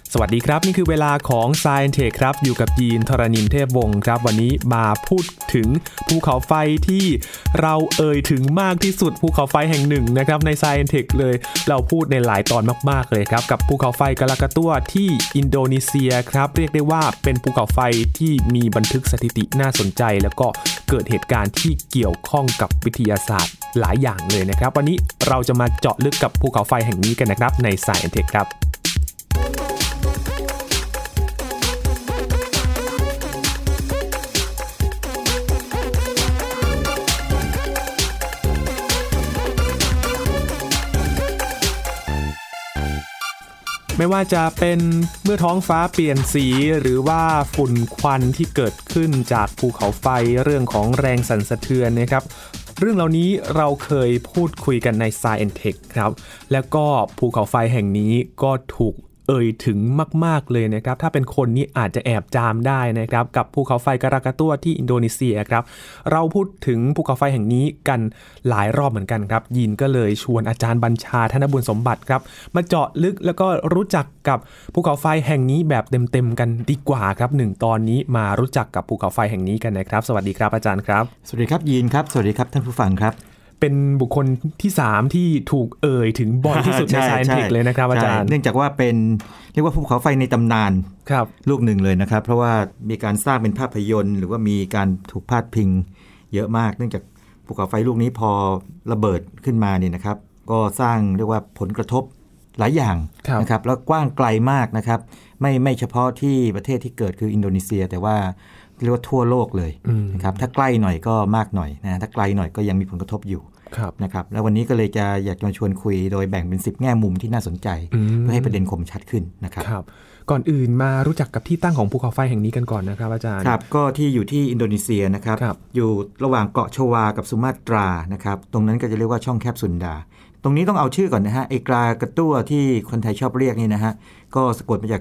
สวัสดีครับนี่คือเวลาของ Science Tech ครับอยู่กับยีนทรณินเทพวงศ์ครับวันนี้มาพูดถึงภูเขาไฟที่เราถึงมากที่สุดภูเขาไฟแห่งหนึ่งนะครับใน Science Tech เลยเราพูดในหลายตอนมากๆเลยครับกับภูเขาไฟกาลากาตัวที่อินโดนีเซียครับเรียกได้ว่าเป็นภูเขาไฟที่มีบันทึกสถิติน่าสนใจแล้วก็เกิดเหตุการณ์ที่เกี่ยวข้องกับวิทยาศาสตร์หลายอย่างเลยนะครับวันนี้เราจะมาเจาะลึกกับภูเขาไฟแห่งนี้กันนะครับใน Science Tech ครับไม่ว่าจะเป็นเมื่อท้องฟ้าเปลี่ยนสีหรือว่าฝุ่นควันที่เกิดขึ้นจากภูเขาไฟเรื่องของแรงสั่นสะเทือนนะครับเรื่องเหล่านี้เราเคยพูดคุยกันใน Science Tech ครับแล้วก็ภูเขาไฟแห่งนี้ก็ถูกถึงมากๆเลยนะครับถ้าเป็นคนนี่อาจจะแอบจามได้นะครับกับภูเขาไฟกาลากาตัวที่อินโดนีเซียครับเราพูดถึงภูเขาไฟแห่งนี้กันหลายรอบเหมือนกันครับยินก็เลยชวนอาจารย์บัญชาธนบุญสมบัติครับมาเจาะลึกแล้วก็รู้จักกับภูเขาไฟแห่งนี้แบบเต็มๆกันดีกว่าครับ1ตอนนี้มารู้จักกับภูเขาไฟแห่งนี้กันนะครับสวัสดีครับอาจารย์ครับสวัสดีครับยินครับสวัสดีครับท่านผู้ฟังครับเป็นบุคคลที่3ที่ถูกถึงบ่อยที่สุดใน Science Tech เลยนะครับอาจารย์เนื่องจากว่าเป็นเรียกว่าภูเขาไฟในตำนานลูกหนึ่งเลยนะครับเพราะว่ามีการสร้างเป็นภาพยนตร์หรือว่ามีการถูกพาดพิงเยอะมากเนื่องจากภูเขาไฟลูกนี้พอระเบิดขึ้นมาเนี่ยนะครับก็สร้างเรียกว่าผลกระทบหลายอย่างนะครับแล้วกว้างไกลมากนะครับไม่เฉพาะที่ประเทศที่เกิดคืออินโดนีเซียแต่ว่าเรียกว่าทั่วโลกเลยนะครับถ้าใกล้หน่อยก็มากหน่อยนะถ้าไกลหน่อยก็ยังมีผลกระทบอยู่นะครับแล้ววันนี้ก็เลยอยากมาชวนคุยโดยแบ่งเป็น10แง่มุมที่น่าสนใจเพื่อให้ประเด็นคมชัดขึ้นนะครับก่อนอื่นมารู้จักกับที่ตั้งของภูเขาไฟแห่งนี้กันก่อนนะครับอาจารย์ครับก็ที่อยู่ที่อินโดนีเซียนะครับอยู่ระหว่างเกาะชวากับสุมาตรานะครับตรงนั้นก็จะเรียกว่าช่องแคบสุนดาตรงนี้ต้องเอาชื่อก่อนนะฮะไอกากาตัวที่คนไทยชอบเรียกนี่นะฮะก็สะกดมาจาก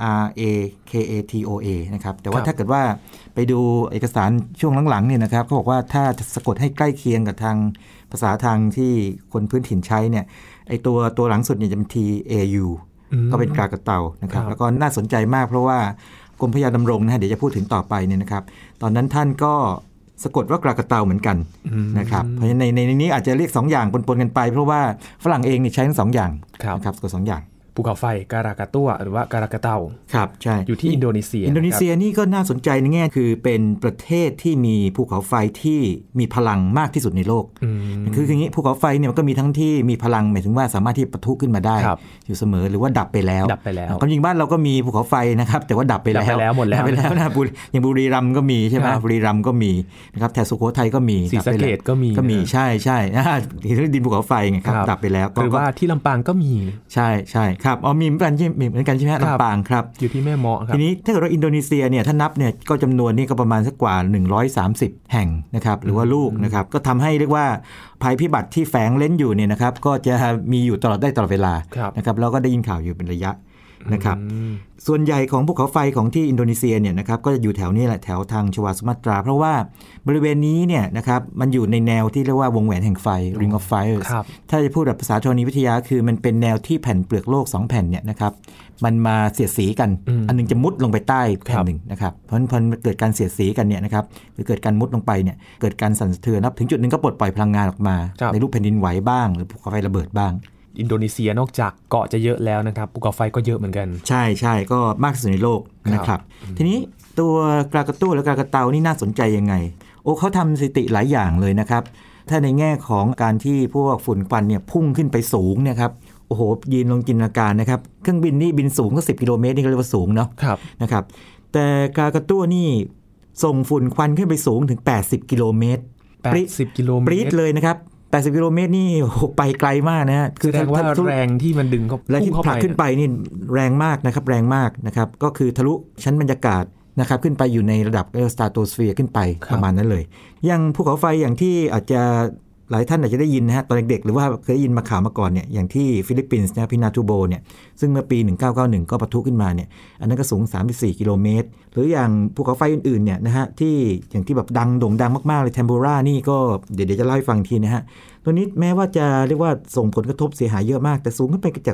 KRAKATOA นะครับแต่ว่าถ้าเกิดว่าไปดูเอกสารช่วงหลังๆเนี่ยนะครับเขาบอกว่าถ้าสะกดให้ใกล้เคียงกับทางภาษาทางที่คนพื้นถิ่นใช้เนี่ยไอตัวหลังสุดเนี่ยจะเป็น TAU ก็เป็นกากาเตานะครับแล้วก็น่าสนใจมากเพราะว่ากรมพระยาดำรงนะฮะเดี๋ยวจะพูดถึงต่อไปเนี่ยนะครับตอนนั้นท่านก็สะกดว่ากากาเตาเหมือนกันนะครับเพราะฉะนั้นในนี้อาจจะเรียก2อย่างปนๆกันไปเพราะว่าฝรั่งเองนี่ใช้ทั้ง2อย่างนะครับสะกด2อย่างภูเขาไฟกาลากาตัวหรือว่ากาลากาเตาครับใช่อยู่ที่อินโดนีเซียนี่ก็น่าสนใจในแง่คือเป็นประเทศที่มีภูเขาไฟที่มีพลังมากที่สุดในโลกคืออย่างนี้ภูเขาไฟเนี่ยมันก็มีทั้งที่มีพลังหมายถึงว่าสามารถที่ปะทุขึ้นมาได้อยู่เสมอหรือว่าดับไปแล้วความจริงบ้านเราก็มีภูเขาไฟนะครับแต่ว่าดับไปแล้วหมดแล้วนะอย่างบุรีรัมย์ก็มีใช่ไหมบุรีรัมย์ก็มีนะครับแถบสุโขทัยก็มีศรีสะเกษก็มีใช่ดินภูเขาไฟไงครับดับไปแล้วหรือว่าที่ลำปางก็มีใช่ครับมีเหมือนกันใช่ไหมลำปางครับอยู่ที่แม่เมาะครับทีนี้ถ้าเกิดว่าอินโดนีเซียเนี่ยถ้านับเนี่ยก็จำนวนนี่ก็ประมาณสักกว่า130แห่งนะครับหรือว่าลูกนะครับก็ทำให้เรียกว่าภัยพิบัติที่แฝงเล่นอยู่เนี่ยนะครับก็จะมีอยู่ตลอดเวลานะครับแล้วก็ได้ยินข่าวอยู่เป็นระยะนะครับส่วนใหญ่ของภูเขาไฟของที่อินโดนีเซียเนี่ยนะครับก็จะอยู่แถวนี้แหละแถวทางชวาสุมาตราเพราะว่าบริเวณนี้เนี่ยนะครับมันอยู่ในแนวที่เรียกว่าวงแหวนแห่งไฟ Ring of Fire ถ้าจะพูดแบบภาษาธรณีวิทยาคือมันเป็นแนวที่แผ่นเปลือกโลก2แผ่นเนี่ยนะครับมันมาเสียดสีกันอันนึงจะมุดลงไปใต้แผ่นหนึ่งนะครับเพราะเกิดการเสียดสีกันเนี่ยนะครับหรือเกิดการมุดลงไปเนี่ยเกิดการสั่นสะเทือนถึงจุดนึงก็ปลดปล่อยพลังงานออกมาในรูปแผ่นดินไหวบ้างหรือภูเขาไฟระเบิดบ้างอินโดนีเซียนอกจากเกาะจะเยอะแล้วนะครับภูเขาไฟก็เยอะเหมือนกันใช่ก็มากที่สุดในโลกนะครับทีนี้ตัวกากาตัวและกากาเตานี่น่าสนใจยังไงเขาทำสถิติหลายอย่างเลยนะครับถ้าในแง่ของการที่พวกฝุ่นควันเนี่ยพุ่งขึ้นไปสูงเนี่ยครับโอ้โหยืนลงจินตนาการนะครับเครื่องบินนี่บินสูงก็10 กิโลเมตรนี่ก็เรียกว่าสูงเนาะนะครับแต่กากาตัวนี่ส่งฝุ่นควันขึ้นไปสูงถึง80 กิโลเมตร 80 กิโลเมตรปรี๊ดเลยนะครับ80 กิโลเมตรนี่ไปไกลมากนะฮะคือแสดงว่าแรงที่มันดึงเขาและที่ผลักขึ้นไปนี่แรงมากนะครับก็คือทะลุชั้นบรรยากาศนะครับขึ้นไปอยู่ในระดับสตราโตสเฟียร์ขึ้นไปประมาณนั้นเลยอย่างภูเขาไฟอย่างที่อาจจะหลายท่านอาจจะได้ยินนะฮะตอนเด็กๆหรือว่าเคยได้ยินมาข่าวมาก่อนเนี่ยอย่างที่ฟิลิปปินส์นะพินาทูโบเนี่ยซึ่งเมื่อปี1991ก็ปะทุขึ้นมาเนี่ยอันนั้นก็สูง34 กิโลเมตรหรืออย่างภูเขาไฟอื่นๆเนี่ยนะฮะที่อย่างที่แบบโด่งดังมากๆเลยแทมโบรานี่ก็เดี๋ยวจะเล่าให้ฟังทีนะฮะตัวนี้แม้ว่าจะเรียกว่าส่งผลกระทบเสียหายเยอะมากแต่สูงขึ้นไปจาก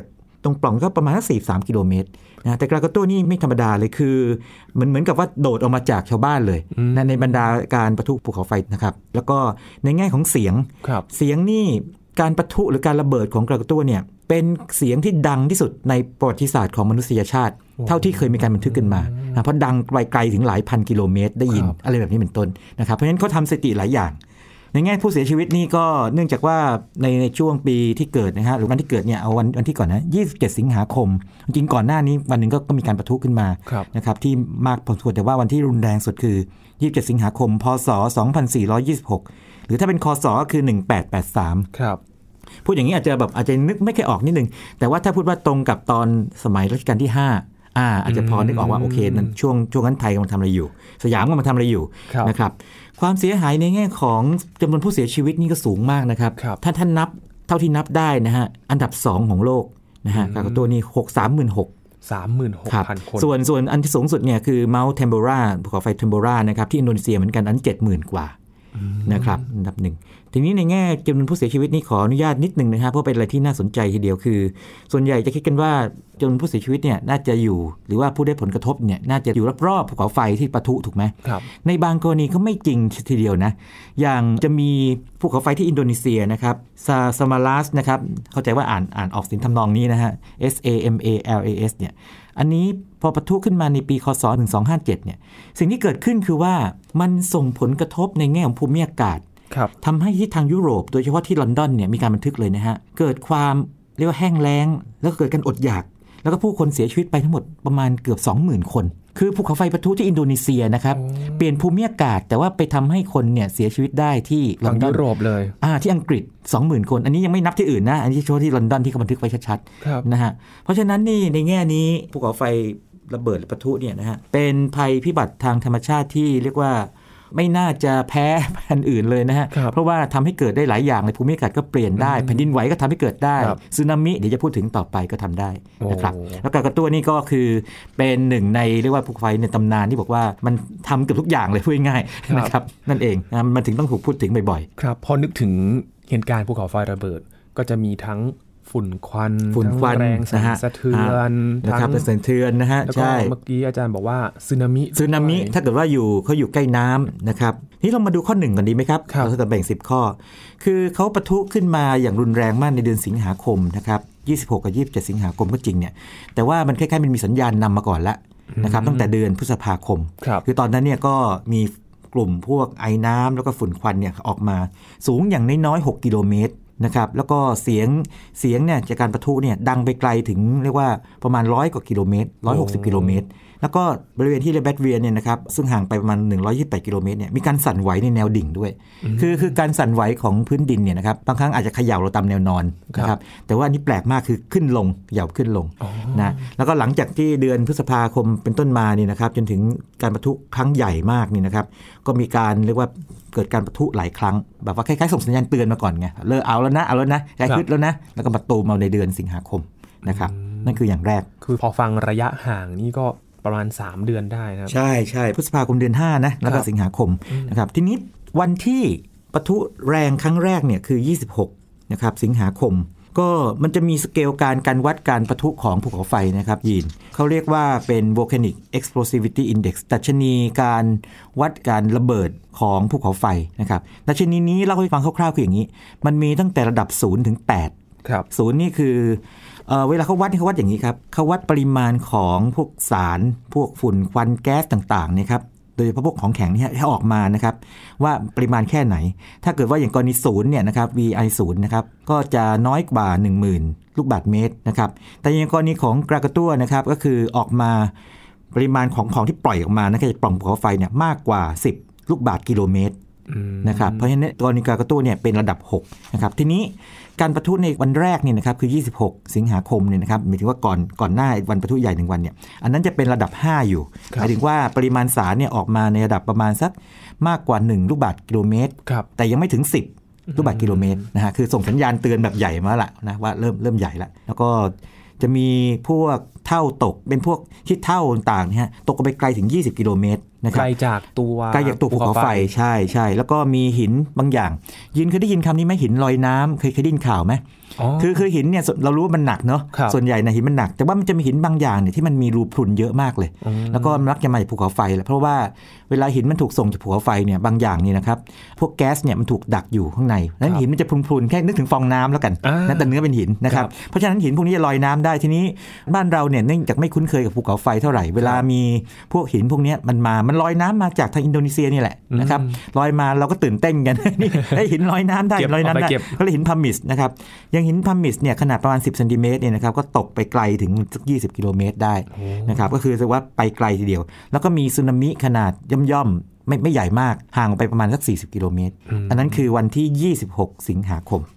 ตรงปล่องก็ประมาณ43 กิโลเมตรนะแต่กรากาโต้นี่ไม่ธรรมดาเลยคือเหมือนกับว่าโดดออกมาจากชาวบ้านเลยในบรรดาการปะทุภูเขาไฟนะครับแล้วก็ในแง่ของเสียงนี่การปะทุหรือการระเบิดของกรากาโต้เนี่ยเป็นเสียงที่ดังที่สุดในประวัติศาสตร์ของมนุษยชาติเท่าที่เคยมีการบันทึกขึ้นมาเพราะดังไกลถึงหลายพันกิโลเมตรได้ยินอะไรแบบนี้เป็นต้นนะครับเพราะฉะนั้นเขาทำสถิติหลายอย่างในแง่ผู้เสียชีวิตนี่ก็เนื่องจากว่าในช่วงปีที่เกิดนะฮะหรือวันที่เกิดเนี่ยเอาวันที่ก่อนนะ27 สิงหาคมจริงก่อนหน้านี้วันหนึ่งก็มีการปะทุขึ้นมานะครับที่มากพอสมควรแต่ว่าวันที่รุนแรงสุดคือ27 สิงหาคมพศ2426หรือถ้าเป็นคศก็คือ1883ครับพูดอย่างนี้อาจจะนึกไม่ค่อยออกนิดนึงแต่ว่าถ้าพูดว่าตรงกับตอนสมัยรัชกาลที่5อาจจะพอนึกออกว่าโอเคนั้นช่วงนั้นไทยกำลังทำอะไรอยู่สยามกำลังทำอะไรอยู่นะครับความเสียหายในแง่ของจำนวนผู้เสียชีวิตนี่ก็สูงมากนะครับถ้าท่านนับเท่าที่นับได้นะฮะอันดับ2ของโลกนะฮะกรากาโต้นี่36,000 คนส่วนอันที่สูงสุดเนี่ยคือเมาท์เทมโบราภูเขาไฟเทมโบรานะครับที่อินโดนีเซียเหมือนกันอัน 70,000 กว่านะครับอันดับหนึ่งทีนี้ในแง่จำนวนผู้เสียชีวิตนี่ขออนุญาตนิดนึงนะครับเพราะเป็นอะไรที่น่าสนใจทีเดียวคือส่วนใหญ่จะคิดกันว่าจำนวนผู้เสียชีวิตเนี่ยน่าจะอยู่หรือว่าผู้ได้ผลกระทบเนี่ยน่าจะอยู่รอบๆภูเขาไฟที่ปะทุถูกไหมในบางกรณีก็ไม่จริงทีเดียวนะอย่างจะมีภูเขาไฟที่อินโดนีเซียนะครับซามาลัสนะครับเข้าใจว่าอ่านออกเสียงทำนองนี้นะฮะ SAMALAS เนี่ยอันนี้พอปะทุขึ้นมาในปีคศ1257เนี่ยสิ่งที่เกิดขึ้นคือว่ามันส่งผลกระทบในแง่ของภูมิอากาศทำให้ที่ทางยุโรปโดยเฉพาะที่ลอนดอนเนี่ยมีการบันทึกเลยนะฮะเกิดความเรียกว่าแห้งแล้งแล้วก็เกิดการอดอยากแล้วก็ผู้คนเสียชีวิตไปทั้งหมดประมาณเกือบ 20,000 คนคือภูเขาไฟปะทุที่อินโดนีเซียนะครับเปลี่ยนภูมิอากาศแต่ว่าไปทำให้คนเนี่ยเสียชีวิตได้ที่ลอนดอนยุโรปเลยที่อังกฤษ 20,000 คนอันนี้ยังไม่นับที่อื่นนะอันนี้เฉพาะที่ลอนดอนที่เขาบันทึกไว้ชัดๆนะฮะเพราะฉะนั้นนี่ในแง่นี้ภูเขาไฟระเบิดปะทุเนี่ยนะฮะเป็นภัยพิบัติทางธรรมชาติที่เรียกว่าไม่น่าจะแพ้อันอื่นเลยนะฮะเพราะว่าทำให้เกิดได้หลายอย่างเลยภูมิอากาศก็เปลี่ยนได้แผ่นดินไหวก็ทำให้เกิดได้สึนามิเดี๋ยวจะพูดถึงต่อไปก็ทำได้นะครับแล้วกรากาโต้นี่ก็คือเป็นหนึ่งในเรียกว่าภูเขาไฟในตำนานที่บอกว่ามันทำเกือบทุกอย่างเลยพูดง่ายๆนะครับนั่นเองมันถึงต้องถูกพูดถึงบ่อยๆครับพอนึกถึงเหตุการณ์ภูเขาไฟระเบิดก็จะมีทั้งฝุ่นควันแรงสั่นสะเทือนนะครับสะเทือนนะฮะใช่เมื่อกี้อาจารย์บอกว่าสึนามิถ้าเกิดว่าเขาอยู่ใกล้น้ำนะครับนี่เรามาดูข้อ1ก่อนดีไหมครับเราจะแบ่ง10ข้อคือเขาปะทุขึ้นมาอย่างรุนแรงมากในเดือนสิงหาคมนะครับ26กับ27สิงหาคมก็จริงเนี่ยแต่ว่ามันคล้ายๆมันมีสัญญาณนำมาก่อนละนะครับตั้งแต่เดือนพฤษภาคมคือตอนนั้นเนี่ยก็มีกลุ่มพวกไอน้ำแล้วก็ฝุ่นควันเนี่ยออกมาสูงอย่างน้อยๆ6 กิโลเมตรนะครับแล้วก็เสียงเนี่ยจากการปะทุเนี่ยดังไปไกลถึงเรียกว่าประมาณ100 กว่ากิโลเมตร160 กิโลเมตรแล้วก็บริเวณที่เรแบตเวียเนี่ยนะครับซึ่งห่างไปประมาณ128 กิโลเมตรเนี่ยมีการสั่นไหวในแนวดิ่งด้วยคือการสั่นไหวของพื้นดินเนี่ยนะครับบางครั้งอาจจะเขย่าเราตามแนวนอนนะครับแต่ว่าอันนี้แปลกมากคือขึ้นลงเขย่าขึ้นลงนะแล้วก็หลังจากที่เดือนพฤษภาคมเป็นต้นมานี่นะครับจนถึงการปะทุครั้งใหญ่มากนี่นะครับก็มีการเรียกว่าเกิดการปะทุหลายครั้งแบบว่าคล้ายๆส่งสัญญาณเตือนมาก่อนไงเอาแล้วนะใกล้ขึ้นแล้วนะแล้วก็มาตูมเอาในเดือนสิงหาคมนะครับนั่นคืออย่างแรกคือพอฟังระยะห่างนี่ก็ประมาณ3 เดือนได้นะครับใช่พฤษภาคมเดือน5นะแล้วก็สิงหาคมนะครับทีนี้วันที่ปะทุแรงครั้งแรกเนี่ยคือ26นะครับสิงหาคมก็มันจะมีสเกลการวัดการปะทุของภูเขาไฟนะครับยินเขาเรียกว่าเป็น volcanic explosivity index ดัชนีการวัดการระเบิดของภูเขาไฟนะครับดัชนีนี้เล่าให้ฟังคร่าวๆคืออย่างนี้มันมีตั้งแต่ระดับ0 ถึง 8ครับ0นี่คือเวลาเขาวัดอย่างนี้ครับเขาวัดปริมาณของพวกสารพวกฝุ่นควันแก๊สต่างๆเนี่ยครับโดยเฉพาะพวกของแข็งที่ออกมานะครับว่าปริมาณแค่ไหนถ้าเกิดว่าอย่างกรณี0เนี่ยนะครับ VI 0นะครับก็จะน้อยกว่า 10,000 ลูกบาศก์เมตรนะครับแต่อย่างกรณีของกรากาโต้นะครับก็คือออกมาปริมาณของที่ปล่อยออกมานะครับจากปล่องภูเขาไฟเนี่ยมากกว่า10 ลูกบาศก์กิโลเมตรนะครับเพราะฉะนั้นกรณีกรากาโต้เนี่ยเป็นระดับ6นะครับทีนี้การปะทุในวันแรกเนี่ยนะครับคือ26สิงหาคมเนี่ยนะครับหมายถึงว่าก่อนหน้าวันปะทุใหญ่1วันเนี่ยอันนั้นจะเป็นระดับ5อยู่หมายถึงว่าปริมาณสารเนี่ยออกมาในระดับประมาณสักมากกว่า1 ลูกบาศก์กิโลเมตรแต่ยังไม่ถึง10 ลูกบาศก์กิโลเมตรนะฮะคือส่งสัญญาณเตือนแบบใหญ่มาละนะว่าเริ่มใหญ่ละแล้วก็จะมีพวกเท่าตกเป็นพวกที่เท่าต่างๆเนี่ยตกไปไกลถึง20 กิโลเมตรนะครับไกลจากตัวภูเขาไฟใช่แล้วก็มีหินบางอย่างยินเคยได้ยินคำนี้ไหมหินลอยน้ำเคยได้ยินข่าวไหมคือหินเนี่ยเรารู้ว่ามันหนักเนาะส่วนใหญ่นะหินมันหนักแต่ว่ามันจะมีหินบางอย่างเนี่ยที่มันมีรูพรุนเยอะมากเลยแล้วก็มักจะมาจากภูเขาไฟแหละเพราะว่าเวลาหินมันถูกส่งจากภูเขาไฟเนี่ยบางอย่างนี่นะครับพวกแก๊สเนี่ยมันถูกดักอยู่ข้างในนั้นหินมันจะพรุนๆแค่นึกถึงฟองน้ำแล้วกันนั่นแต่เนื้อเป็นหินนะครับเพราะฉะนั้นหินพวกนี้จะลอยน้ำได้ทีนี้บ้านเราเนี่ยเนื่องจากไม่คุ้นเคยกับภูเขาไฟเท่าไหร่เวลามีพวกหินพวกนี้มันลอยน้ำมาจากทางอินโดนีเซียนี่แหละนะครับลอยมาเราก็ตื่นเต้นกันนี่หินลอยน้ำได้ลอยน้ำได้ก็เลยหินพามิสนะครับอย่างหินพามิสเนี่ยขนาดประมาณ10 เซนติเมตรเนี่ยนะครับก็ตกไปไกลถึงสัก20 กิโลเมตรได้นะครับก็คือว่าไปไกลทีเดียวแล้วก็มีสึนามิขนาดย่อมไม่ใหญ่มากห่างไปประมาณสัก40 กิโลเมตรอันนั้นคือวันที่26 สิงหาคม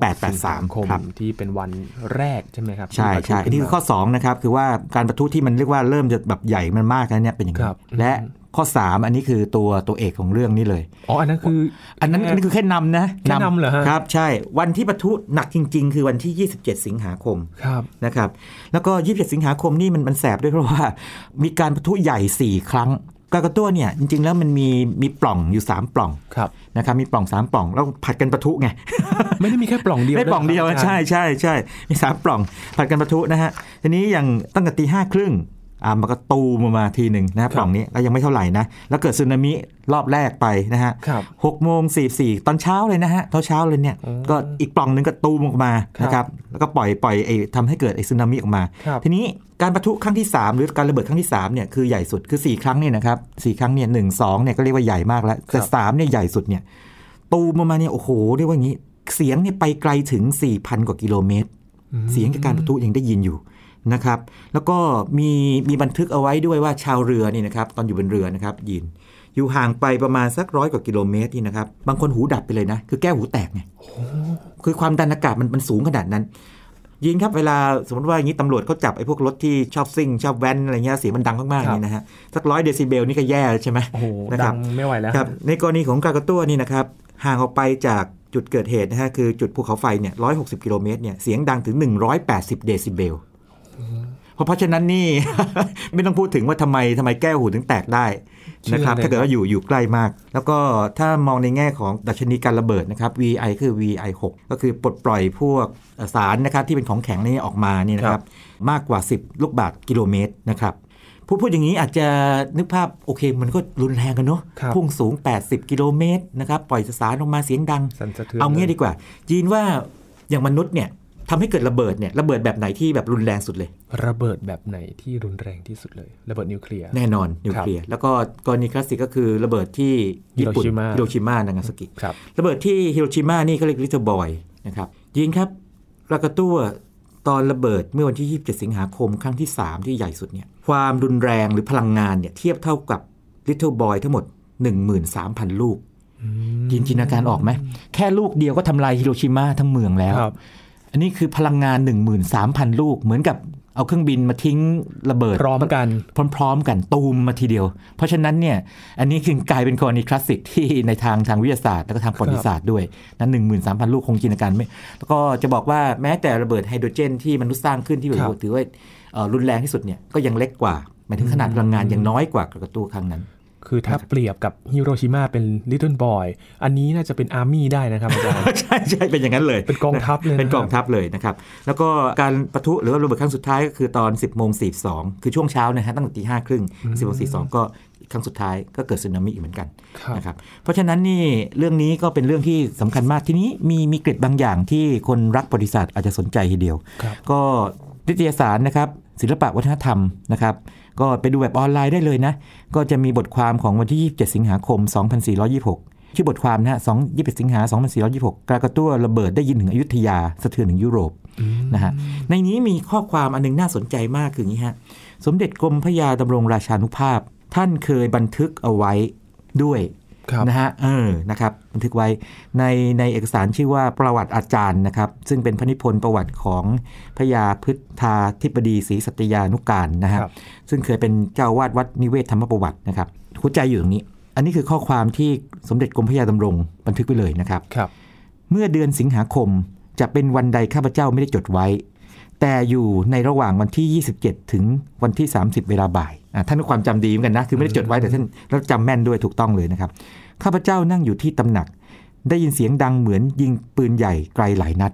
1883ครับที่เป็นวันแรกใช่ไหมครับใช่ใช่อันนี้คือข้อ2นะครับคือว่าการประทุที่มันเรียกว่าเริ่มจะแบบใหญ่มันมากแล้วเนี่ยเป็นอย่างนี้และข้อ3อันนี้คือตัวเอกของเรื่องนี้เลยอันนั้นคือแค่นำนะแค่นำเหรอฮะครับใช่วันที่ประทุหนักจริงๆคือวันที่27 สิงหาคมนะครับแล้วก็27 สิงหาคมนี่มันแสบด้วยเพราะว่ามีการประทุใหญ่4 ครั้งกากาตั้วเนี่ยจริงๆแล้วมันมีปล่องอยู่3 ปล่องนะครับมีปล่อง3 ปล่องแล้วผัดกันประทุไงไม่ได้มีแค่ปล่องเดียวไม่ปล่องเดียวใช่มี3 ปล่องผัดกันประทุนะฮะทีนี้อย่างตั้งแต่ 5:30 นมันก็ตูมมาทีหนึ่งนะปล่องนี้แล้วยังไม่เท่าไหร่นะแล้วเกิดสึนามิรอบแรกไปนะฮะ6:44 ตอนเช้าเลยนะฮะเช้าเลยเนี่ยก็อีกปล่องนึงก็ตูมออกมานะครับแล้วก็ปล่อยทำให้เกิดไอ้สึนามิออกมาทีนี้การปะทุครั้งที่3หรือการระเบิดครั้งที่3เนี่ยคือใหญ่สุดคือ4 ครั้งเนี่ยนะครับ4 ครั้งเนี่ย1 2เนี่ยก็เรียกว่าใหญ่มากแล้วแต่3เนี่ยใหญ่สุดเนี่ยตูมออกมาเนี่ยโอ้โหเรียกว่าอย่างนี้เสียงเนี่ยไปไกลถึง 4,000 กว่ากิโลเมตรเสียงจากการปะทุยังได้ยินอยู่นะครับแล้วก็มีบันทึกเอาไว้ด้วยว่าชาวเรือนี่นะครับตอนอยู่บนเรือนะครับอยู่ห่างไปประมาณสัก100 กว่ากิโลเมตรนี่นะครับบางคนหูดับไปเลยนะคือแก้วหูแตกไงคือความดันอากาศมันสูงขนาดนั้นยินครับเวลาสมมติว่าอย่างนี้ตำรวจเขาจับไอ้พวกรถที่ชอบซิ่งชอบแว้นอะไรเงี้ยเสียงมันดังมากๆนี่นะฮะสัก100 เดซิเบลนี่ก็แย่ใช่ไหมดังไม่ไหวแล้วครับในกรณีของกากาตั้วนี่นะครับห่างออกไปจากจุดเกิดเหตุนะฮะคือจุดภูเขาไฟเนี่ย160 กิโลเมตรเนี่ยเสียงดังถึง180 เดซิเบลเพราะฉะนั้นนี่ ไม่ต้องพูดถึงว่าทำไมแก้วหูถึงแตกได้นะครับถ้าเกิดว่าอยู่ใกล้มากแล้วก็ถ้ามองในแง่ของดัชนีการระเบิดนะครับ VI คือ VI 6ก็คือปลดปล่อยพวกสารนะครับที่เป็นของแข็งนี่ออกมานี่นะครับมากกว่า10 ลูกบาศก์กิโลเมตรนะครับพูดอย่างนี้อาจจะนึกภาพโอเคมันก็รุนแรงกันเนาะพุ่งสูง80 กิโลเมตรนะครับปล่อยสารออกมาเสียงดังเอางี้ดีกว่ายีนว่าอย่างมนุษย์เนี่ยทำให้เกิดระเบิดเนี่ยระเบิดแบบไหนที่แบบรุนแรงสุดเลยระเบิดแบบไหนที่รุนแรงที่สุดเลยระเบิดนิวเคลียร์แน่นอนนิวเคลียร์แล้วก็กรณีคลาสสิกก็คือระเบิดที่ญี่ปุ่นฮิโรชิมานางาซากิระเบิดที่ฮิโรชิมานี่เขาเรียกลิตเติ้ลบอยนะครับยิงครับกากาตั้วตอนระเบิดเมื่อวันที่27 สิงหาคมครั้งที่3ที่ใหญ่สุดเนี่ยความรุนแรงหรือพลังงานเนี่ยเทียบเท่ากับลิตเติ้ลบอยทั้งหมด 13,000 ลูกจินตนาการออกไหมแค่ลูกเดียวก็ทำลายฮิโรชิมาทั้งเมืองแล้วอันนี้คือพลังงาน 13,000 ลูกเหมือนกับเอาเครื่องบินมาทิ้งระเบิดพร้อมกันตูมมาทีเดียวเพราะฉะนั้นเนี่ยอันนี้คือกลายเป็นกรณีคลาสสิกที่ในทางวิทยาศาสตร์แล้วก็ทางประวัติศาสตร์ด้วยนั้น 13,000 ลูกคงจินตนาการไม่แล้วก็จะบอกว่าแม้แต่ระเบิดไฮโดรเจนที่มนุษย์สร้างขึ้นที่ถือว่ารุนแรงที่สุดเนี่ยก็ยังเล็กกว่าหมายถึงขนาดพลังงานยังน้อยกว่ากากาตั้วครั้งนั้นคือถ้าเปรียบกับฮิโรชิมาเป็นลิตเติ้ลบอยอันนี้น่าจะเป็นอาร์มี่ได้นะครับอาจารย์ใช่เป็นอย่างนั้นเลยเป็นกองทัพเลยเป็นกองทัพเลยนะครับแล้วก็การปะทุหรือว่าระเบิดครั้งสุดท้ายก็คือตอน 10:42 คือช่วงเช้านะฮะตั้งแต่ 5:30 10:42 ก็ครั้งสุดท้ายก็เกิดสึนามิอีกเหมือนกันนะครับเพราะฉะนั้นนี่เรื่องนี้ก็เป็นเรื่องที่สำคัญมากทีนี้มีเกร็ดบางอย่างที่คนรักประวัติศาสตร์อาจจะสนใจทีเดียวก็นิตยสารนะครับศิลปะวัฒนธรรมนะครับก็ไปดูแบบออนไลน์ได้เลยนะก็จะมีบทความของวันที่27 สิงหาคม 2426ชื่อบทความนะฮะ21 สิงหา 2426กากาตั้วระเบิดได้ยินถึงอยุธยาสะเทือนถึงยุโรปนะฮะในนี้มีข้อความอันนึงน่าสนใจมากคืออย่างนี้ฮะสมเด็จกรมพระยาดำรงราชานุภาพท่านเคยบันทึกเอาไว้ด้วยนะฮะนะครับบันทึกไว้ในเอกสารชื่อว่าประวัติอาจารย์นะครับซึ่งเป็นพระนิพนธ์ประวัติของพระยาพฤทธาธิบดีศรีสัตยานุการนะฮะซึ่งเคยเป็นเจ้าวาดวัดนิเวศธรรมประวัตินะครับหัวใจอยู่ตรงนี้อันนี้คือข้อความที่สมเด็จกรมพระยาดำรงบันทึกไว้เลยนะครับเมื่อเดือนสิงหาคมจะเป็นวันใดข้าพเจ้าไม่ได้จดไว้แต่อยู่ในระหว่างวันที่27ถึงวันที่30เวลาบ่ายท่านความจำดีเหมือนกันนะคือไม่ได้จดไว้แต่ท่านแล้วจำแม่นด้วยถูกต้องเลยนะครับข้าพเจ้านั่งอยู่ที่ตำหนักได้ยินเสียงดังเหมือนยิงปืนใหญ่ไกลหลายนัด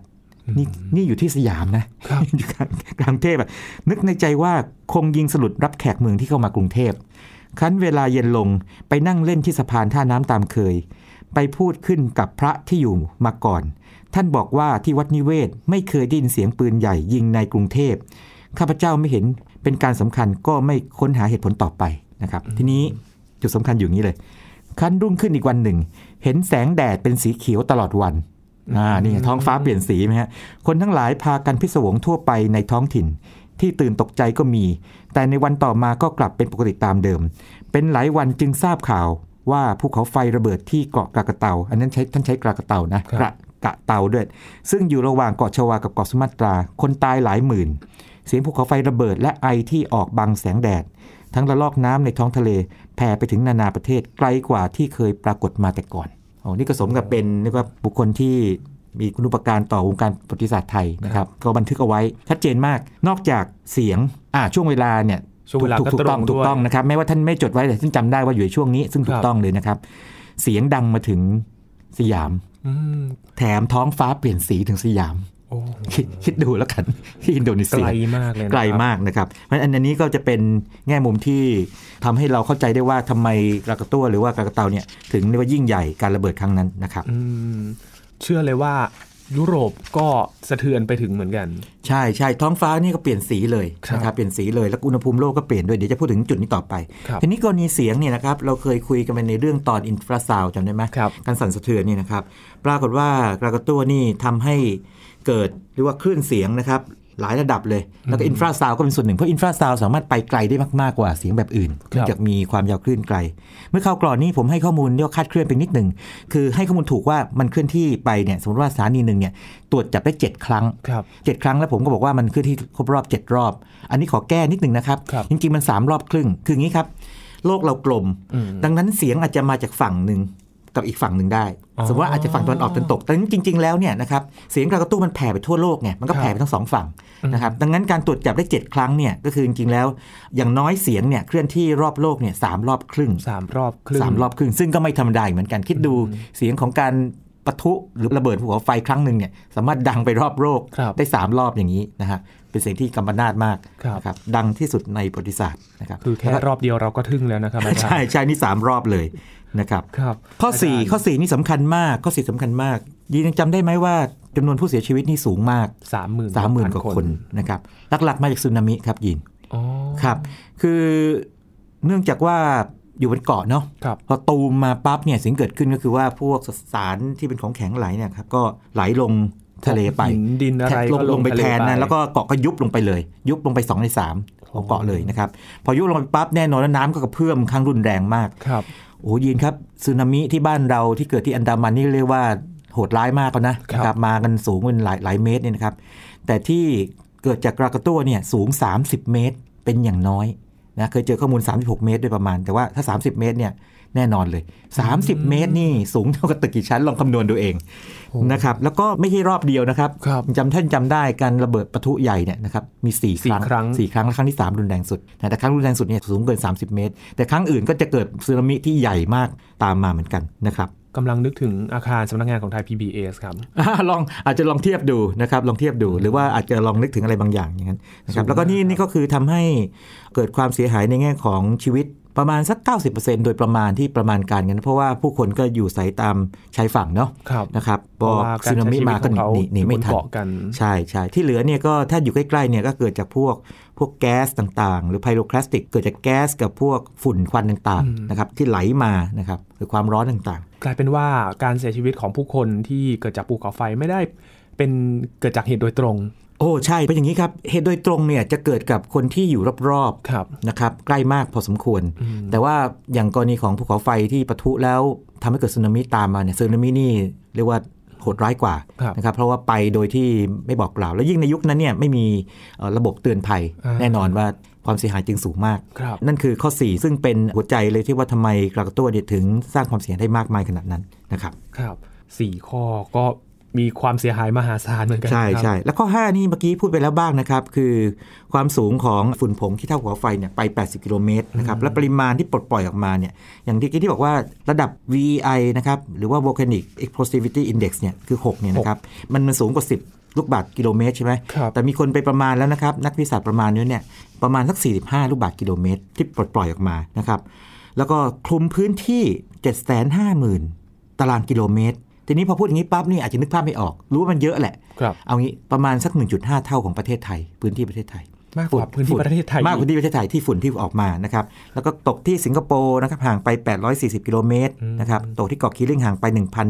นี่อยู่ที่สยามนะอยู่กลางกรุงเทพนึกในใจว่าคงยิงสลุดรับแขกเมืองที่เข้ามากรุงเทพครั้นเวลาเย็นลงไปนั่งเล่นที่สะพานท่าน้ำตามเคยไปพูดขึ้นกับพระที่อยู่มาก่อนท่านบอกว่าที่วัดนิเวศไม่เคยได้ยินเสียงปืนใหญ่ยิงในกรุงเทพข้าพเจ้าไม่เห็นเป็นการสำคัญก็ไม่ค้นหาเหตุผลต่อไปนะครับทีนี้จุดสำคัญอยู่นี้เลยครั้นรุ่งขึ้นอีกวันหนึ่งเห็นแสงแดดเป็นสีเขียวตลอดวันนี่ท้องฟ้าเปลี่ยนสีไหมฮะคนทั้งหลายพากันพิศวงทั่วไปในท้องถิ่นที่ตื่นตกใจก็มีแต่ในวันต่อมาก็กลับเป็นปกติตามเดิมเป็นหลายวันจึงทราบข่าวว่าภูเขาไฟระเบิดที่เกาะกระกะเตาอันนั้นท่านใช้กระกะเตานะกระเตาด้วยซึ่งอยู่ระหว่างเกาะชวากับเกาะสุมาตราคนตายหลายหมื่นเสียงภูเขาไฟระเบิดและไอที่ออกบังแสงแดดทั้งระลอกน้ำในท้องทะเลแผ่ไปถึงนานาประเทศไกลกว่าที่เคยปรากฏมาแต่ก่อนนี่ก็สมกับเป็นเรียกว่าบุคคลที่มีคุณูปการต่อวงการประวัติศาสตร์ไทยนะครับก็บันทึกเอาไว้ชัดเจนมากนอกจากเสียงช่วงเวลาเนี่ยถูกต้องนะครับแม้ว่าท่านไม่จดไว้แต่ท่านจำได้ว่าอยู่ในช่วงนี้ซึ่งถูกต้องเลยนะครับเสียงดังมาถึงสยามแถมท้องฟ้าเปลี่ยนสีถึงสยามคิดดูแล้วกันที่อินโดนีเซียไกลมากเลยไกลมากนะครับเพราะอันนี้ก็จะเป็นแง่มุมที่ทำให้เราเข้าใจได้ว่าทำไมกระกะตั้วหรือว่ากระกะเตาเนี่ยถึงเรียกว่ายิ่งใหญ่การระเบิดครั้งนั้นนะครับเชื่อเลยว่ายุโรปก็สะเทือนไปถึงเหมือนกันใช่ใช่ท้องฟ้านี่ก็เปลี่ยนสีเลยนะครับเปลี่ยนสีเลยแล้วอุณหภูมิโลกก็เปลี่ยนด้วยเดี๋ยวจะพูดถึงจุดนี้ต่อไปทีนี้กรณีเสียงเนี่ยนะครับเราเคยคุยกันไปในเรื่องตอนอินฟราซาวด์จำได้ไหมการสั่นสะเทือนนี่นะครับปรากฏว่ากระกะตั้วนี่ทำให้เกิดเรียกว่าคลื่นเสียงนะครับหลายระดับเลยแล้วก็อินฟราซาวด์ก็เป็นส่วนหนึ่งเพราะอินฟราซาวด์สามารถไปไกลได้มากๆกว่าเสียงแบบอื่นเนื่องจากมีความยาวคลื่นไกลเมื่อคราวก่อนนี้ผมให้ข้อมูลเรียกว่าคาดเคลื่อนไปนิดหนึ่งคือให้ข้อมูลถูกว่ามันเคลื่อนที่ไปเนี่ยสมมติว่าสถานีนึงเนี่ยตรวจจับได้7ครั้ง7ครั้งแล้วผมก็บอกว่ามันเคลื่อนที่ครบรอบ7รอบอันนี้ขอแก้นิดนึงนะครับจริงๆมัน3รอบครึ่งคืออย่างนี้ครับโลกเรากลมดังนั้นเสียงอาจจะมาจากฝั่งนึงกับอีกฝั่งหนึ่งได้สมมติว่าอาจจะฝั่งตะวันออกตะวันตกแต่จริงๆแล้วเนี่ยนะครับเสียงกระกะตู้มันแผ่ไปทั่วโลกไงมันก็แผ่ไปทั้ง2ฝั่งนะครับดังนั้นการตรวจจับได้7ครั้งเนี่ยก็คือจริงๆแล้วอย่างน้อยเสียงเนี่ยเคลื่อนที่รอบโลกเนี่ย3รอบครึ่ง 3รอบครึ่งซึ่งก็ไม่ธรรมดาเหมือนกันคิดดูเสียงของการปะทุหรือระเบิดภูเขาไฟครั้งนึงเนี่ยสามารถดังไปรอบโลกได้3รอบอย่างนี้นะฮะเป็นเสียงที่กำปนาตมากนะครับดังที่สุดในประวัติศาสตร์นะครับคือแค่รอบเดียวเราก็ทึ่งแล้วนะครับใช่นี่3รอบเลยนะครับข้อ4นี่สำคัญมากข้อ4สำคัญมากยังจำได้ไหมว่าจำนวนผู้เสียชีวิตนี่สูงมาก 30,000 กว่าคนนะครับหลักๆมาจากสึนามิครับยินครับคือเนื่องจากว่าอยู่บนเกาะเนาะพอตูมมาปั๊บเนี่ยสิ่งเกิดขึ้นก็คือว่าพวกสารที่เป็นของแข็งไหลเนี่ยครับก็ไหลลงทะเลไปดินอะไรก็ลงไปแทนนั้นแล้วก็เกาะก็ยุบลงไปเลยยุบลงไป2 ใน 3ของเกาะเลยนะครับพอยุบลงไปปั๊บแน่นอนแล้วน้ำก็กระเพื่อมครั้งรุนแรงมากโอ้ยินครับสึนามิที่บ้านเราที่เกิดที่อันดามันนี่เรียกว่าโหดร้ายมากนะครับมากันสูงเป็นหลายเมตรเนี่ยนะครับแต่ที่เกิดจากกระกะตั้วเนี่ยสูง30 เมตรเป็นอย่างน้อยนะเคยเจอข้อมูล36 เมตรโดยประมาณแต่ว่าถ้า30 เมตรเนี่ยแน่นอนเลย30 เมตรนี่สูงเท่ากับตึกกี่ชั้นลองคำนวณดูเองนะครับแล้วก็ไม่ใช่รอบเดียวนะครับท่านจำได้การระเบิดปะทุใหญ่เนี่ยนะครับมี4 ครั้งและครั้งที่3รุนแรงสุดแต่ครั้งรุนแรงสุดเนี่ยสูงเกิน30 เมตรแต่ครั้งอื่นก็จะเกิดสึนามิที่ใหญ่มากตามมาเหมือนกันนะครับกำลังนึกถึงอาคารสำนักงานของไทย PBS ครับอาจจะลองเทียบดูนะครับลองเทียบดูหรือว่าอาจจะลองนึกถึงอะไรบางอย่างอย่างนั้นนะครับแล้วก็นี่ก็คือทำให้เกิดความเสียหายในแง่ของชีวิตประมาณสัก 90% โดยประมาณที่ประมาณการกันเพราะว่าผู้คนก็อยู่ใส่ตามชายฝั่งเนาะนะครับพอสึนามิมาก็หนีไม่ทันใช่ที่เหลือเนี่ยก็ถ้าอยู่ใกล้ๆเนี่ยก็เกิดจากพวกแก๊สต่างๆหรือไพโรคลาสติกเกิดจากแก๊สกับพวกฝุ่นควันต่างๆนะครับที่ไหลมานะครับหรือความร้อนต่างๆกลายเป็นว่าการเสียชีวิตของผู้คนที่เกิดจากภูเขาไฟไม่ได้เป็นเกิดจากเหตุโดยตรงโอ้ใช่เป็นอย่างนี้ครับเหตุโดยตรงเนี่ยจะเกิดกับคนที่อยู่รอบๆนะครับใกล้มากพอสมควรแต่ว่าอย่างกรณีของภูเขาไฟที่ปะทุแล้วทำให้เกิดสึนามิตามมาเนี่ยสึนามินี่เรียกว่าโหดร้ายกว่านะครับเพราะว่าไปโดยที่ไม่บอกกล่าวแล้วยิ่งในยุคนั้นเนี่ยไม่มีระบบเตือนภัยแน่นอนว่าความเสียหายจึงสูงมากนั่นคือข้อ4ซึ่งเป็นหัวใจเลยที่ว่าทำไมกระกะตั้วถึงสร้างความเสียหายได้มากมายขนาดนั้นนะครับครับ4ข้อก็มีความเสียหายมหาศาลเหมือนกันใช่แล้วข้อ5นี่เมื่อกี้พูดไปแล้วบ้างนะครับคือความสูงของฝุ่นผงที่เท่าภูเขาไฟเนี่ยไป80 กิโลเมตรนะครับและปริมาณที่ปลดปล่อยออกมาเนี่ยอย่างที่บอกว่าระดับ VEI นะครับหรือว่า Volcanic Explosivity Index เนี่ยคือ6เนี่ยนะครับมันสูงกว่า10 ลูกบาศก์กิโลเมตรใช่ไหมแต่มีคนไปประมาณแล้วนะครับนักวิทยาศาสตร์ประมาณนี้เนี่ยประมาณสัก45ลูกบาศก์กิโลเมตรที่ปลอยออกมานะครับแล้วก็คลุมพื้นที่ 750,000 ตารางกิโลเมตรทีนี้พอพูดอย่างนี้ปั๊บนี่อาจจะนึกภาพไม่ออกรู้ว่ามันเยอะแหละเอางี้ประมาณสัก 1.5 เท่าของประเทศไทยพื้นที่ประเทศไทยมากกว่าพื้นที่ประเทศไทยมากกว่าพื้นที่ประเทศไทยที่ฝุ่นที่ออกมานะครับแล้วก็ตกที่สิงคโปร์นะครับห่างไป840กิโลเมตรนะครับตกที่เกาะคีริงห่างไป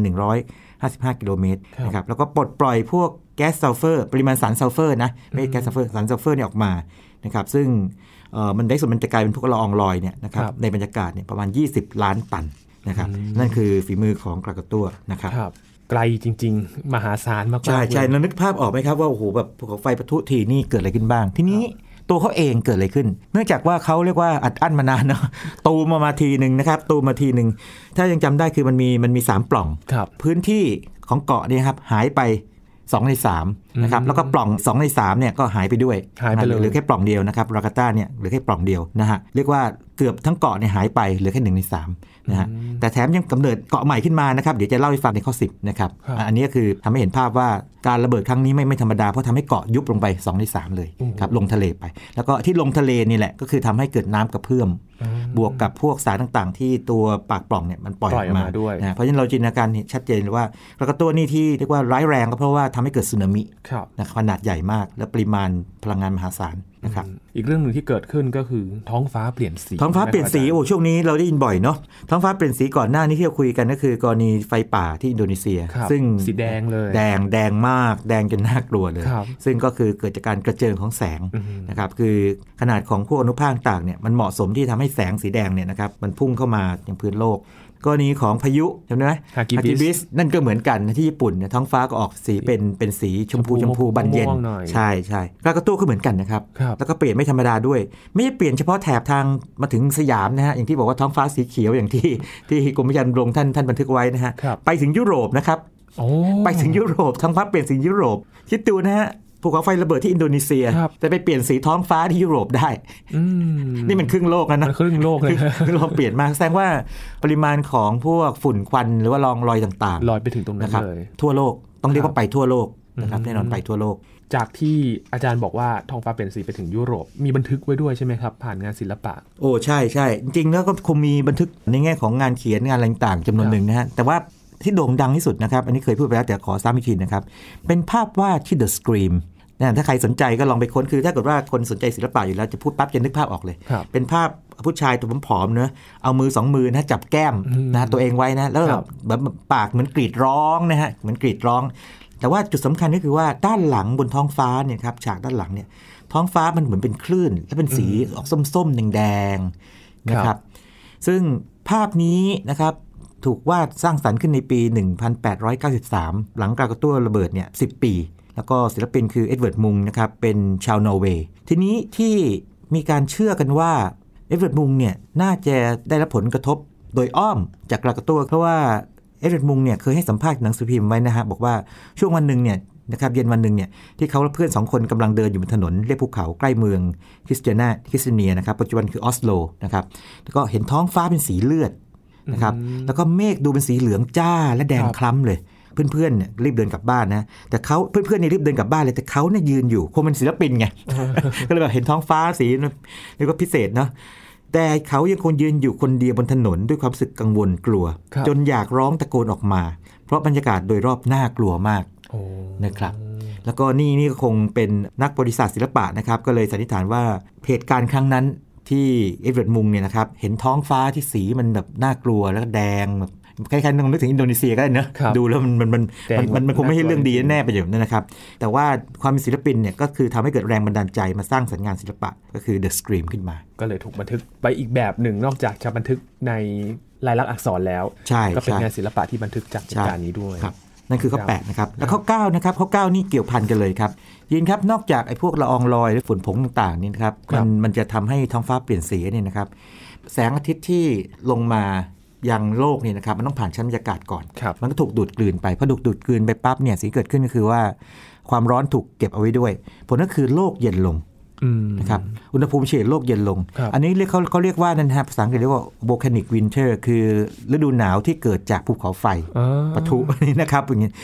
1,155 กิโลเมตรนะครับแล้วก็ปลดปล่อยพวกแก๊สซัลเฟอร์ปริมาณสารซัลเฟอร์นะไม่แก๊สซัลเฟอร์สารซัลเฟอร์เนี่ยออกมานะครับซึ่งมันได้ส่วนมันจะกลายเป็นพวกละอองลอยเนี่ยนะครับในบรรยากาศเนี่ยประมาณ20ล้านตันนะครับนั่นคือฝีมือของกรากัวนะครับไกลจริงๆมหาศาลมากๆใช่ๆนึกภาพออกไหมครับว่าโอ้โหแบบภูเขาไฟปะทุทีนี่เกิดอะไรขึ้นบ้างทีนี้ตัวเขาเองเกิดอะไรขึ้นเนื่องจากว่าเขาเรียกว่าอัดอั้นมานานเนาะตูมมาทีนึงนะครับตูมมาทีนึงถ้ายังจำได้คือมันมี3ปล่องพื้นที่ของเกาะนี่ครับหายไป2ใน3นะครับแล้วก็ปล่อง2ใน3เนี่ยก็หายไปด้วยเหลือแค่ปล่องเดียวนะครับรากัตตาเนี่ยเหลือแค่ปล่องเดียวนะฮะเรียกว่าเกือบทั้งเกาะเนี่ยหายไปเหลือแค่1ใน3นะฮะแต่แถมยังกำเนิดเกาะใหม่ขึ้นมานะครับเดี๋ยวจะเล่าให้ฟังในข้อ10นะครับอันนี้ก็คือทำให้เห็นภาพว่าการระเบิดครั้งนี้ไม่ธรรมดาเพราะทำให้เกาะยุบลงไป2ใน3เลยครับลงทะเลไปแล้วก็ที่ลงทะเลนี่แหละก็คือทำให้เกิดน้ำกระเพื่อมบวกกับพวกสารต่างๆที่ตัวปากปล่องเนี่ยมันปล่อยออกมาด้วยนะเพราะฉะนั้นเราจินตนาการชัดเจนว่ากรากัวนี่ที่เรียกว่าร้ายแรงก็เพราะว่าทำให้เกิดสึนามิขนาดใหญ่มากและปริมาณพลังงานมหาศาลนะครับอีกเรื่องหนึ่งที่เกิดขึ้นก็คือท้องฟ้าเปลี่ยนสีท้องฟ้าเปลี่ยนสีโอ้ช่วงนี้เราได้ยินบ่อยเนาะท้องฟ้าเปลี่ยนสีก่อนหน้านี้ที่เราคุยกันก็คือกรณีไฟป่าที่อินโดนีเซียซึ่งสีแดงเลยแดงมากแดงจนน่ากลัวเลยซึ่งก็คือเกิดจากการกระเจิงของแสงนะครับคือขนาดของพวกอนุภาคต่างเนี่ยมันเหมาะสมที่ทำให้แสงสีแดงเนี่ยนะครับมันพุ่งเข้ามายังพื้นโลกกรณีของพายุใช่ไหมฮากิบิสนั่นก็เหมือนกันที่ญี่ปุ่นเนี่ยท้องฟ้าก็ออกสีเป็นสีชมพูบานเย็นใช่กรากัวก็เหมือนกันนะครับแล้วก็เปลี่ยนไม่ธรรมดาด้วยไม่ใช่เปลี่ยนเฉพาะแถบทางมาถึงสยามนะฮะอย่างที่บอกว่าท้องฟ้าสีเขียวอย่างที่กรมวิทยาดำรงท่านบันทึกไว้นะฮะไปถึงยุโรปนะครับไปถึงยุโรปท้องฟ้าเปลี่ยนสียุโรปคิดดูนะฮะภูเขาไฟระเบิดที่อินโดนีเซียแต่ไปเปลี่ยนสีท้องฟ้าที่ยุโรปได้นี่มันครึ่งโลกนะครึ่งโลกเลยครึ่งโลกเปลี่ยนมากแสดงว่าปริมาณของพวกฝุ่นควันหรือว่าละอองลอยต่างๆลอยไปถึงตรงนั้นเลยทั่วโลกต้องเรียกว่าไปทั่วโลกนะครับแน่นอนไปทั่วโลกจากที่อาจารย์บอกว่าท้องฟ้าเปลี่ยนสีไปถึงยุโรปมีบันทึกไว้ด้วยใช่ไหมครับผ่านงานศิลปะโอ้ใช่จริงๆแล้วก็คงมีบันทึกในแง่ของงานเขียนงานอะไรต่างๆจำนวนหนึ่งนะฮะแต่ว่าที่โด่งดังที่สุดนะครับอันนี้เคยพูดไปแล้วแต่ขอซ้ำอีกทีนะครับเป็นภาพวาดที่ The Screamถ้าใครสนใจก็ลองไปค้นคือถ้าเกิดว่าคนสนใจศิลปะอยู่แล้วจะพูดปั๊บจะนึกภาพออกเลยเป็นภาพผู้ชายตัวผอมๆเนอะเอามือ2มือนะจับแก้มนะตัวเองไว้นะแล้วแบบปากเหมือนกรีดร้องนะฮะเหมือนกรีดร้องแต่ว่าจุดสำคัญก็คือว่าด้านหลังบนท้องฟ้าเนี่ยครับฉากด้านหลังเนี่ยท้องฟ้ามันเหมือนเป็นคลื่นและเป็นสีออกส้มๆแดงๆนะครับซึ่งภาพนี้นะครับถูกวาดสร้างสรรค์ขึ้นในปี 1893 หลังกรากัวระเบิดเนี่ย10 ปีแล้วก็ศิลปินคือเอ็ดเวิร์ดมุงนะครับเป็นชาวนอร์เวย์ทีนี้ที่มีการเชื่อกันว่าเอ็ดเวิร์ดมุงเนี่ยน่าจะได้รับผลกระทบโดยอ้อมจากกรากัวเพราะว่าเอ็ดเวิร์ดมุงเนี่ยเคยให้สัมภาษณ์หนังสือพิมพ์ไว้นะฮะบอกว่าช่วงวันหนึ่งเนี่ยนะครับเย็นวันหนึ่งเนี่ยที่เขาและเพื่อน2คนกำลังเดินอยู่บนถนนเลียบภูเขาใกล้เมืองคริสเตียนะครับปัจจุบันคือออสโลนะครับแล้วก็เห็นท้องฟ้าเป็นสีเลือดนะครับแล้วก็เมฆดูเป็นสีเหลืองจ้าและแดงคล้ำเลยเพื่อนๆเนี่ยรีบเดินกลับบ้านนะแต่เขาเพื่อนๆเนี่ยรีบเดินกลับบ้านเลยแต่เขาเนี่ยยืนอยู่คงเป็นศิลปินไง ก็เลยแบบเห็นท้องฟ้าสีเรียกว่าพิเศษเนาะแต่เขายังคงยืนอยู่คนเดียวบนถนนด้วยความรู้สึกกังวลกลัวจนอยากร้องตะโกนออกมาเพราะบรรยากาศโดยรอบน่ากลัวมากนะครับแล้วก็นี่ก็คงเป็นนักประวัติศาสตร์ศิลปะนะครับก็เลยสันนิษฐานว่าเหตุการณ์ครั้งนั้นที่เอ็ดเวิร์ดมุงเนี่ยนะครับเห็นท้องฟ้าที่สีมันแบบน่ากลัวแล้วก็แดงแบบคล้ายๆนึกถึงอินโดนีเซียก็ได้เนอะดูแล้วมันคงไม่ใช่เรื่องดีแน่ไปอย่างนั้นนะครับแต่ว่าความเป็นศิลปินเนี่ยก็คือทำให้เกิดแรงบันดาลใจมาสร้างสรรค์งานศิลปะก็คือ The Scream ขึ้นมาก็เลยถูกบันทึกไปอีกแบบหนึ่งนอกจากจะบันทึกในลายลักษณ์อักษรแล้วก็เป็นงานศิลปะที่บันทึกจากเหตุการณ์นี้ด้วยนั่นคือข้อ8นะครับแล้วข้อ9นะครับข้อ9นี่เกี่ยวพันกันเลยครับยินครับนอกจากไอ้พวกละอองลอยหรือฝุ่นผงต่างๆนี่นะครับมันจะทำให้ท้องฟ้าเปลี่ยนสีนี่นะครับแสงอาทิตย์ที่ลงมายังโลกนี่นะครับมันต้องผ่านชั้นบรรยากาศก่อนมันก็ถูกดูดกลืนไปพอดูดกลืนไปปั๊บเนี่ยสิ่งเกิดขึ้นก็คือว่าความร้อนถูกเก็บเอาไว้ด้วยผลก็คือโลกเย็นลงนะครับอุณหภูมิเฉลี่ยโลกเย็นลงอันนี้เขาเรียกว่านั่นฮะภาษาอังกฤษเรียกว่า volcanic winter คือฤดูหนาวที่เกิดจากภูเขาไฟปะทุนี่นะครับอย่างนี้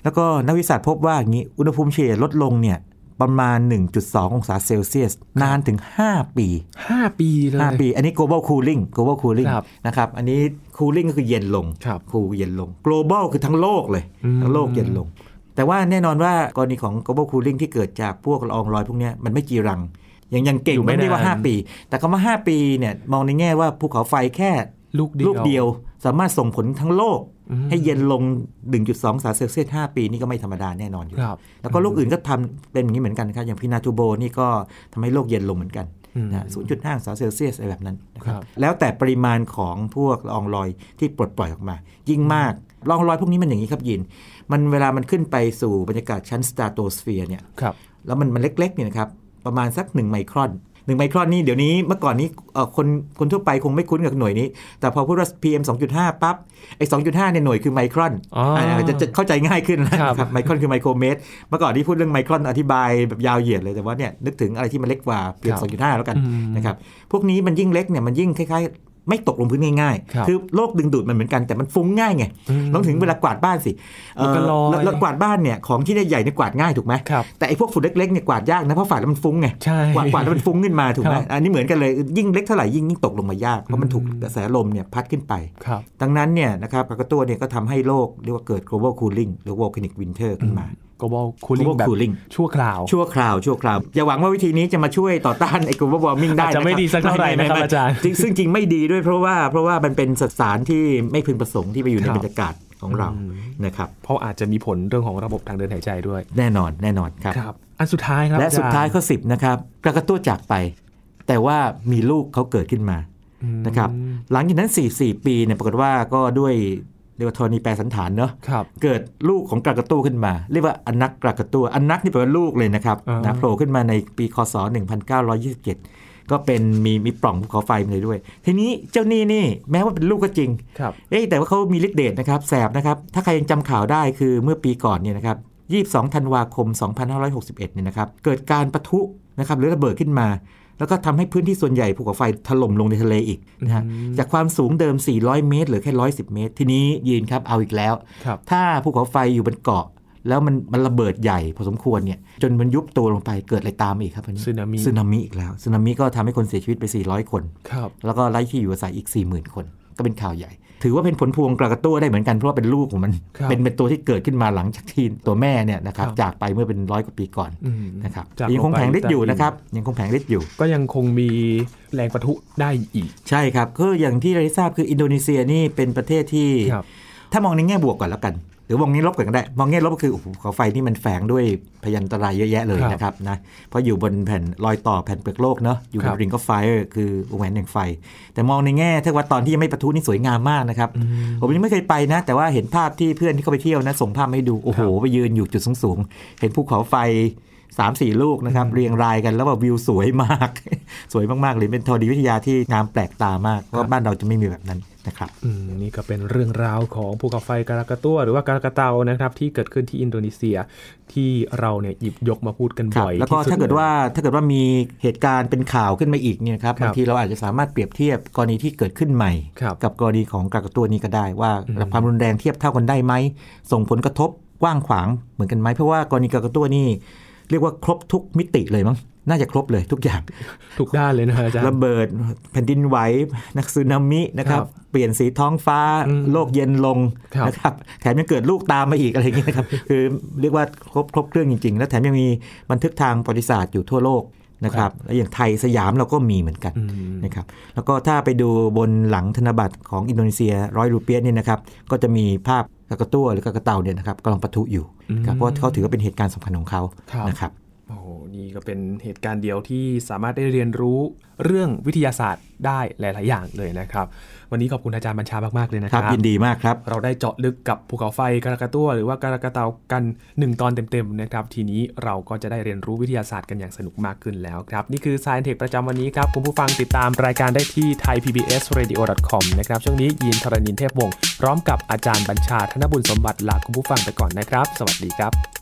แล้วก็นักวิทยาศาสตร์พบว่าอย่างนี้อุณหภูมิเฉลี่ยลดลงเนี่ยประมาณ 1.2 องศาเซลเซียสนานถึง5 ปี 5 ปีเลย 5 ปีอันนี้ global cooling นะครับอันนี้ cooling ก็คือเย็นลงเย็นลง global คือทั้งโลกเลยทั้งโลกเย็นลงแต่ว่าแน่นอนว่ากรณีของ global cooling ที่เกิดจากพวกละอองลอยพวกนี้มันไม่จีรังยังเก่งไม่ได้ว่า5 ปีแต่คำว่า5 ปีเนี่ยมองในแง่ว่าภูเขาไฟแค่ลูกเดียวสามารถส่งผลทั้งโลกให้เย็นลง 1.2 องศาเซลเซียส5 ปีนี่ก็ไม่ธรรมดาแน่นอนอยู่แล้วก็โลกอื่นก็ทำเป็นอย่างนี้เหมือนกันครับอย่างพินาทูโบนี่ก็ทำให้โลกเย็นลงเหมือนกันนะ 0.5 องศาเซลเซียสอะไรแบบนั้นนะครับแล้วแต่ปริมาณของพวกละอองลอยที่ปลดปล่อยออกมายิ่งมากละอองลอยพวกนี้มันอย่างนี้ครับยินมันเวลามันขึ้นไปสู่บรรยากาศชั้นสตราโตสเฟียร์เนี่ยแล้วมันเล็กๆเนี่ยนะครับประมาณสัก1 ไมครอน1 ไมครอนนี่เดี๋ยวนี้เมื่อก่อนนี้คนทั่วไปคงไม่คุ้นกับหน่วยนี้แต่พอพูดว่า PM 2.5 ปั๊บไอ้ 2.5 เนี่ยหน่วยคือไมครอนจะเข้าใจง่ายขึ้นนะครับไมครอนคือไมโครเมตรเมื่อก่อนที่พูดเรื่องไมครอนอธิบายแบบยาวเหยียดเลยแต่ว่าเนี่ยนึกถึงอะไรที่มันเล็กกว่า PM 2.5 แล้วกันนะครับพวกนี้มันยิ่งเล็กเนี่ยมันยิ่งคล้ายไม่ตกลงพื้นง่ายๆคือโลกดึงดูดมันเหมือนกันแต่มันฟุ้งง่ายไงลองถึงเวลากวาดบ้านสิแล้วกวาดบ้านเนี่ยของที่ใหญ่ๆเนี่ยกวาดง่ายถูกไหมแต่ไอ้พวกฝุ่นเล็กๆเนี่ยกวาดยากนะเพราะฝาดแล้วมันฟุ้งไงกวาดแล้วมันฟุ้งขึ้นมาถูกไหมอันนี้เหมือนกันเลยยิ่งเล็กเท่าไหร่ยิ่งตกลงมายากเพราะมันถูกกระแสลมเนี่ยพัดขึ้นไปดังนั้นเนี่ยนะครับกระตัวเนี่ยก็ทำให้โลกเรียกว่าเกิด global cooling หรือ volcanic winter ขึ้นมา global cooling แบบชั่วคราวอย่าหวังว่าวิธีนี้จะมาช่วยต่อต้านไอ้ global warming ได้จะไม่ดีสักเท่าไหร่นะครับอาจารย์ซึ่งจริงไม่ดีด้วยเพราะว่ามันเป็นสารที่ไม่พึงประสงค์ที่ไปอยู่ในบรรยากาศของเรานะครับเพราะอาจจะมีผลเรื่องของระบบทางเดินหายใจด้วยแน่นอนครับอันสุดท้ายครับและสุดท้ายข้อ10นะครับกระตัวจากไปแต่ว่ามีลูกเขาเกิดขึ้นมานะครับหลังจากนั้น4 ปีเนี่ยปรากฏว่าก็ด้วยเรียกว่าธรณีแปรสันฐานเนาะเกิดลูกของกระตัวขึ้นมาเรียกว่าอนักกระตัวอนักนี่แปลว่าลูกเลยนะครับนะโผล่ขึ้นมาในปีคศ1927ก็เป็นมีปล่องภูเขาไฟมาเลยด้วยทีนี้เจ้านี่แม้ว่าเป็นลูกก็จริงแต่ว่าเขามีฤทธิ์เดชนะครับแสบนะครับถ้าใครยังจำข่าวได้คือเมื่อปีก่อนเนี่ยนะครับ22 ธันวาคม 2561เนี่ยนะครับเกิดการปะทุนะครับหรือระเบิดขึ้นมาแล้วก็ทำให้พื้นที่ส่วนใหญ่ภูเขาไฟถล่มลงในทะเลอีกนะฮะจากความสูงเดิม400 เมตรเหลือแค่110 เมตรทีนี้ยืนครับเอาอีกแล้วถ้าภูเขาไฟอยู่บนเกาะแล้วมันระเบิดใหญ่พอสมควรเนี่ยจนมันยุบตัวลงไปเกิดอะไรตามอีกครับสึนามิอีกแล้วสึนามิก็ทำให้คนเสียชีวิตไป400 คนแล้วก็ไร้ที่อยู่อาศัยอีก 40,000 คนก็เป็นข่าวใหญ่ถือว่าเป็นผลพวงกระตัวได้เหมือนกันเพราะว่าเป็นลูกของมันเป็นตัวที่เกิดขึ้นมาหลังจากที่ตัวแม่เนี่ยนะครับจากไปเมื่อเป็น100 กว่าปีก่อนนะครับยังคงแผงฤทธิ์อยู่นะครับยังคงแผงฤทธิ์อยู่ก็ยังคงมีแรงปะทุได้อีกใช่ครับก็อย่างที่เราได้ทราบคืออินโดนีเซียนี่เป็นประเทศที่ถ้ามองในแง่บวกก่อนแล้วกันหรือมองแง่ลบก่อนก็ได้มองแง่ลบก็คือภูเขาไฟที่มันแฝงด้วยพยันตรายเยอะแยะเลยนะครับนะเพราะอยู่บนแผ่นรอยต่อแผ่นเปลือกโลกเนาะอยู่บน Ring of Fire คือวงแหวนแห่งไฟแต่มองในแง่ถ้าว่าตอนที่ยังไม่ปะทุนี่สวยงามมากนะครับผมยังไม่เคยไปนะแต่ว่าเห็นภาพที่เพื่อนที่เขาไปเที่ยวนะส่งภาพให้ดูโอ้โหไปยืนอยู่จุดสูงๆเห็นภูเขาไฟ 3-4 ลูกนะครับเรียงรายกันแล้วแบบวิวสวยมากสวยมากๆเลยเป็นธรณีวิทยาที่งามแปลกตามากเพราะบ้านเราจะไม่มีแบบนั้นนะครับนี่ก็เป็นเรื่องราวของภูเขาไฟกาลากาตัวหรือว่ากาลากาเตานะครับที่เกิดขึ้นที่อินโดนีเซียที่เราเนี่ยหยิบยกมาพูดกันบ่อยแล้วก็ถ้าเกิดว่ามีเหตุการณ์เป็นข่าวขึ้นมาอีกเนี่ยครับบางทีเราอาจจะสามารถเปรียบเทียบกรณีที่เกิดขึ้นใหม่กับกรณีของกาลากาตัวนี้ก็ได้ว่าความรุนแรงเทียบเท่ากันได้ไหมส่งผลกระทบกว้างขวางเหมือนกันไหมเพราะว่ากรณีกาลากาตัวนี่เรียกว่าครบทุกมิติเลยมั้งน่าจะครบเลยทุกอย่างทุกด้านเลยนะอาจารย์ระเบิดแผ่นดินไหวสึนามินะครับเปลี่ยนสีท้องฟ้าโลกเย็นลงนะครับแถมยังเกิดลูกตามมาอีกอะไรอย่างเงี้ยครับคือเรียกว่าครบเครื่องจริงๆแล้วแถมยังมีบันทึกทางประวัติศาสตร์อยู่ทั่วโลกนะครับแล้วอย่างไทยสยามเราก็มีเหมือนกันนะครับแล้วก็ถ้าไปดูบนหลังธนบัตรของอินโดนีเซีย100 รูเปียสนี่นะครับก็จะมีภาพกาลากาตัวหรือกาลากาเตาเนี่ยนะครับกำลังปะทุอยู่เพราะเขาถือว่าเป็นเหตุการณ์สำคัญของเขานะครับโอ้โหนี่ก็เป็นเหตุการณ์เดียวที่สามารถได้เรียนรู้เรื่องวิทยาศาสตร์ได้หลายๆอย่างเลยนะครับวันนี้ขอบคุณอาจารย์บัญชามากๆเลยนะครับยินดีมากครับเราได้เจาะลึกกับภูเขาไฟกาลากาตัวหรือว่ากาลากาเตากัน1 ตอนเต็มๆนะครับทีนี้เราก็จะได้เรียนรู้วิทยาศาสตร์กันอย่างสนุกมากขึ้นแล้วครับนี่คือ Science Tech ประจำวันนี้ครับคุณผู้ฟังติดตามรายการได้ที่ thaipbsradio.com นะครับช่วงนี้ยินธรณินทร์เทพวงศ์พร้อมกับอาจารย์บัญชาธนบุญสมบัติลาคุณผู้ฟังไปก่อนนะครับสวัสดีครับ